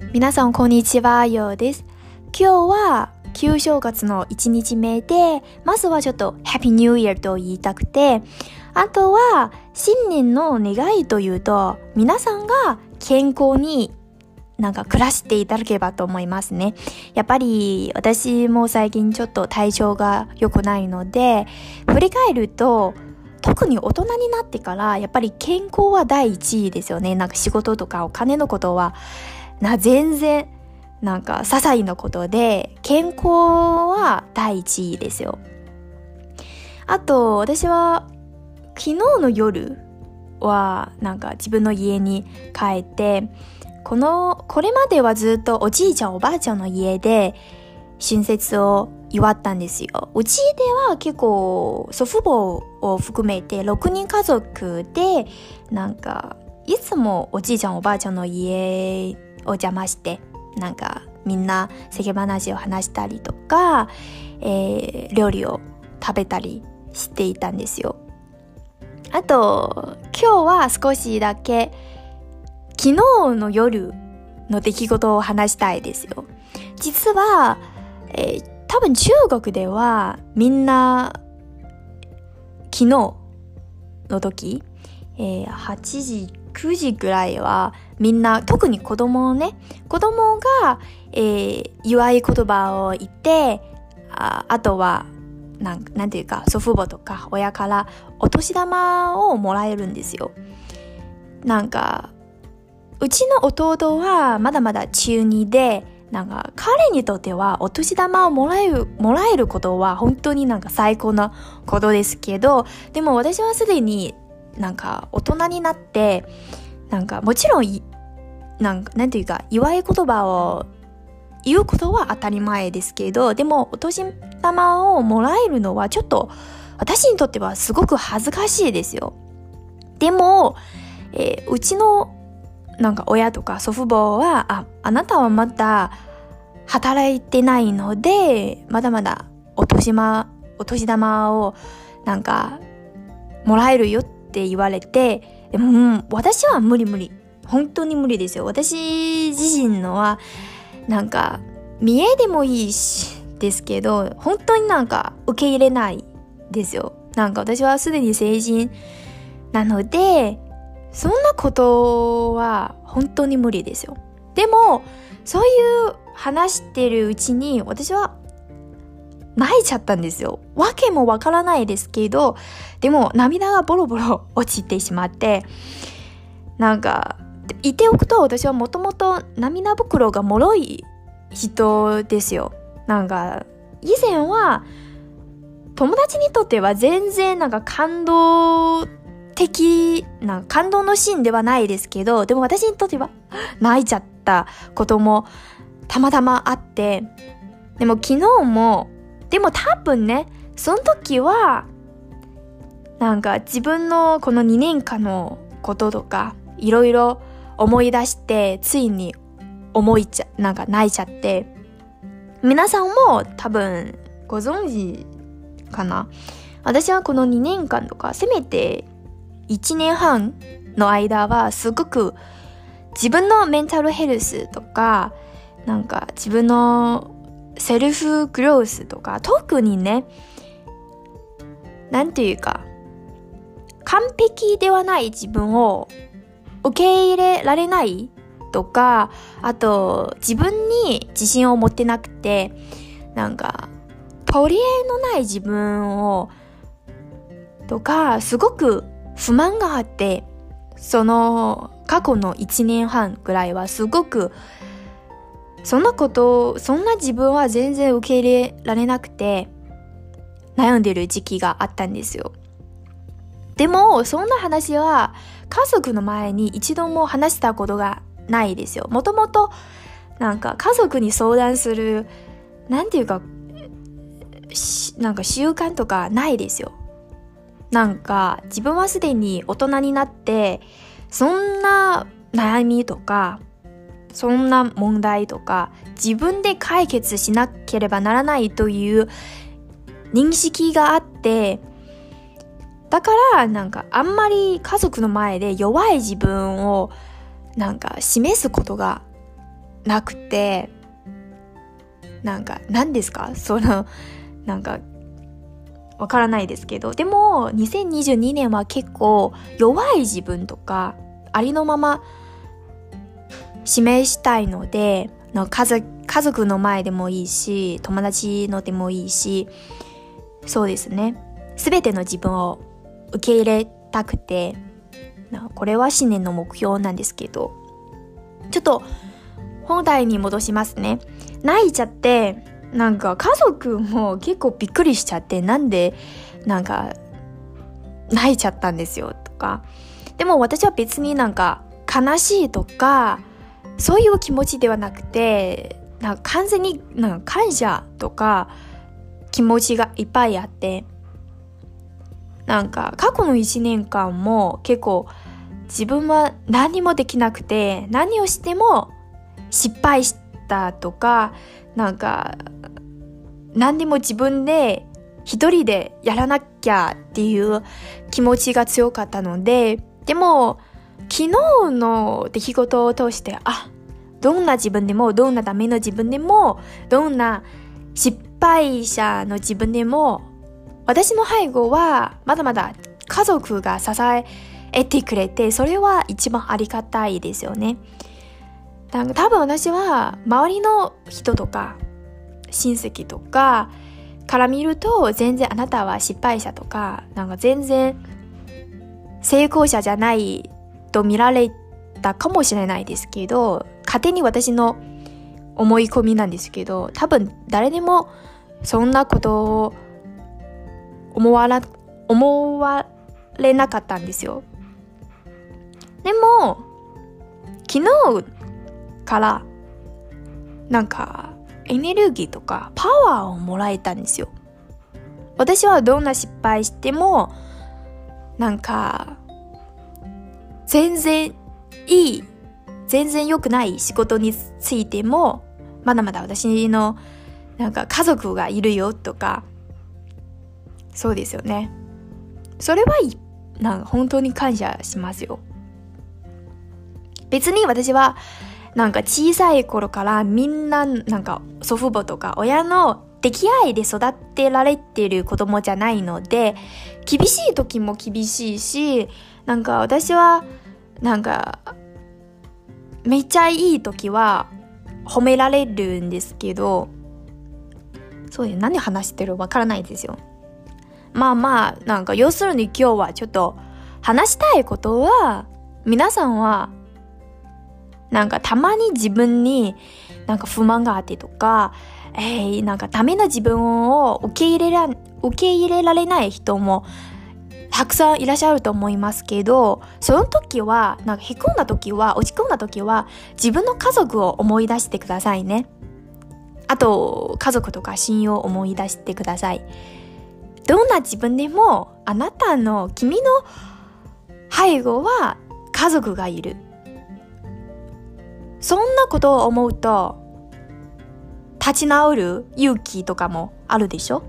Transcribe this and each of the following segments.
皆さんこんにちは、ようです。今日は旧正月の1日目で、まずはちょっとハッピーニューイヤーと言いたくて、あとは新年の願いというと、皆さんが健康に暮らしていただければと思いますね。やっぱり私も最近ちょっと体調が良くないので、振り返ると特に大人になってからやっぱり健康は第一位ですよね。仕事とかお金のことは全然些細なことで、健康は第一位ですよ。あと私は昨日の夜は自分の家に帰って、これまではずっとおじいちゃんおばあちゃんの家で春節を祝ったんですよ。うちでは結構祖父母を含めて6人家族でいつもおじいちゃんおばあちゃんの家を邪魔してみんな世間話を話したりとか、料理を食べたりしていたんですよ。あと今日は少しだけ昨日の夜の出来事を話したいですよ。実は、多分中国ではみんな昨日の時、8時9時ぐらいはみんな、特に子供が、祝い言葉を言って、あとはなんていうか祖父母とか親からお年玉をもらえるんですよ。うちの弟はまだまだ中2で、彼にとってはお年玉をもらえることは本当に最高なことですけど、でも私はすでに大人になって、もちろんなんていうか祝い言葉を言うことは当たり前ですけど、でもお年玉をもらえるのはちょっと私にとってはすごく恥ずかしいですよ。でも、うちの親とか祖父母は、あなたはまだ働いてないので、まだまだお年玉をもらえるよって言われて、でも、私は無理。本当に無理ですよ。私自身のは見栄でもいいしですけど、本当に受け入れないですよ。私はすでに成人なので、そんなことは本当に無理ですよ。でもそういう話してるうちに私は泣いちゃったんですよ。わけもわからないですけど、でも涙がボロボロ落ちてしまって、言っておくと、私はもともと涙袋が脆い人ですよ。以前は友達にとっては全然感動のシーンではないですけど、でも私にとっては泣いちゃったこともたまたまあって、でも昨日も、でも多分ね、その時は自分のこの2年間のこととかいろいろ思い出して、ついに泣いちゃって、皆さんも多分ご存知かな。私はこの2年間とかせめて1年半の間はすごく自分のメンタルヘルスとか自分のセルフグロースとか、特にね、なんていうか完璧ではない自分を受け入れられないとか、あと自分に自信を持ってなくて取り柄のない自分をとか、すごく不満があって、その過去の1年半ぐらいはすごくそんな自分は全然受け入れられなくて悩んでる時期があったんですよ。でもそんな話は家族の前に一度も話したことがないですよ。もともと家族に相談するなんていうか習慣とかないですよ。自分はすでに大人になって、そんな悩みとかそんな問題とか自分で解決しなければならないという認識があって、だからあんまり家族の前で弱い自分を示すことがなくて、なんか何ですかなんかわからないですけど、でも2022年は結構弱い自分とかありのまま示したいので、家族の前でもいいし、友達のでもいいし、そうですね、すべての自分を受け入れたくて、これは新年の目標なんですけど、ちょっと本題に戻しますね。泣いちゃって、なんか家族も結構びっくりしちゃって、なんでなんか泣いちゃったんですよとか。でも私は別になんか悲しいとかそういう気持ちではなくて、なんか完全になんか感謝とか気持ちがいっぱいあって、なんか過去の1年間も結構自分は何もできなくて、何をしても失敗したとか、なんか何でも自分で一人でやらなきゃっていう気持ちが強かったので、でも昨日の出来事を通して、どんな自分でも、どんなダメの自分でも、どんな失敗者の自分でも、私の背後はまだまだ家族が支えてくれて、それは一番ありがたいですよね。多分私は周りの人とか親戚とかから見ると、全然あなたは失敗者とか、なんか全然成功者じゃないと見られたかもしれないですけど、勝手に私の思い込みなんですけど、多分誰でもそんなことを思われなかったんですよ。でも昨日からなんかエネルギーとかパワーをもらえたんですよ。私はどんな失敗しても、なんか全然良くない仕事についても、まだまだ私のなんか家族がいるよとか、そうですよね。それはなんか本当に感謝しますよ。別に私はなんか小さい頃からみんななんか祖父母とか親の出来合いで育てられてる子供じゃないので、厳しい時も厳しいし、なんか私はなんかめっちゃいい時は褒められるんですけど、そういう何話してるわからないですよ。なんか要するに今日はちょっと話したいことは、皆さんはなんかたまに自分になんか不満があってとか、なんかダメな自分を受け入れられない人もたくさんいらっしゃると思いますけど、その時はなんか落ち込んだ時は自分の家族を思い出してくださいね。あと家族とか親友を思い出してください。どんな自分でも君の背後は家族がいる。そんなことを思うと立ち直る勇気とかもあるでしょ。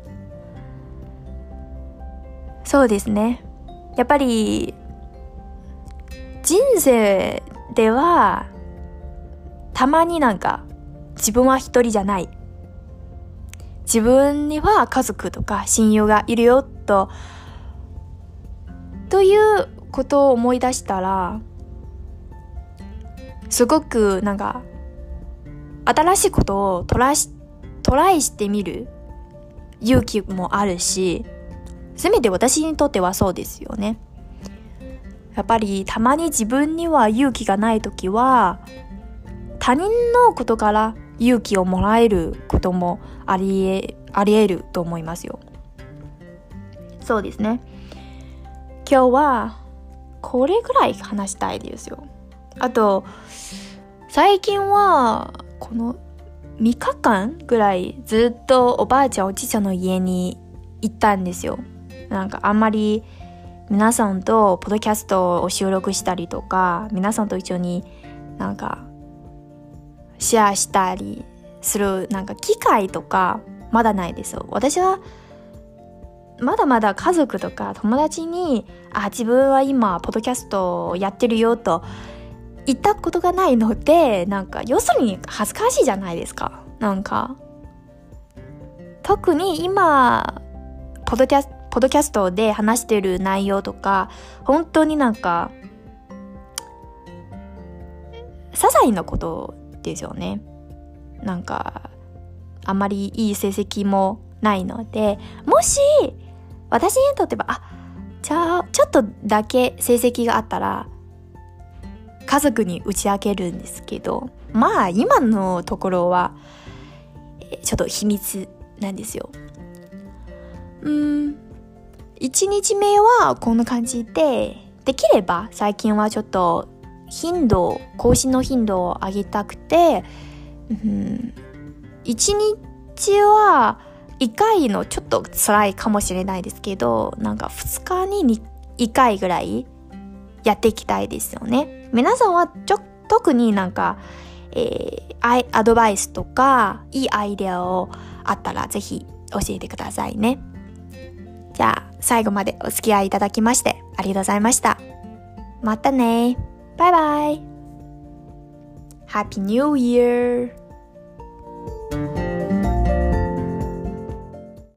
そうですね。やっぱり人生ではたまになんか自分は一人じゃない、自分には家族とか親友がいるよということを思い出したら、すごくなんか新しいことをトライしてみる勇気もあるし、せめて私にとってはそうですよね。やっぱりたまに自分には勇気がないときは、他人のことから勇気をもらえることもあり得ると思いますよ。そうですね。今日はこれぐらい話したいですよ。あと最近はこの3日間ぐらいずっとおばあちゃんおじいちゃんの家に行ったんですよ。なんかあんまり皆さんとポッドキャストを収録したりとか、皆さんと一緒になんかシェアしたりするなんか機会とかまだないですよ。私はまだまだ家族とか友達に自分は今ポッドキャストをやってるよと言ったことがないので、なんか要するに恥ずかしいじゃないですか。なんか特に今ポッドキャストで話してる内容とか、本当になんか些細なことですよね。なんかあまりいい成績もないので、もし私にとってはじゃあちょっとだけ成績があったら家族に打ち明けるんですけど、まあ今のところはちょっと秘密なんですよ。1日目はこんな感じで、できれば最近はちょっと更新の頻度を上げたくて、1日は1回のちょっと辛いかもしれないですけど、なんか2日に1回ぐらいやっていきたいですよね。皆さんは特になんか、アドバイスとかいいアイデアをあったらぜひ教えてくださいね。じゃあ最後までお付き合いいただきましてありがとうございました。またね。バイバイ。Happy New Year!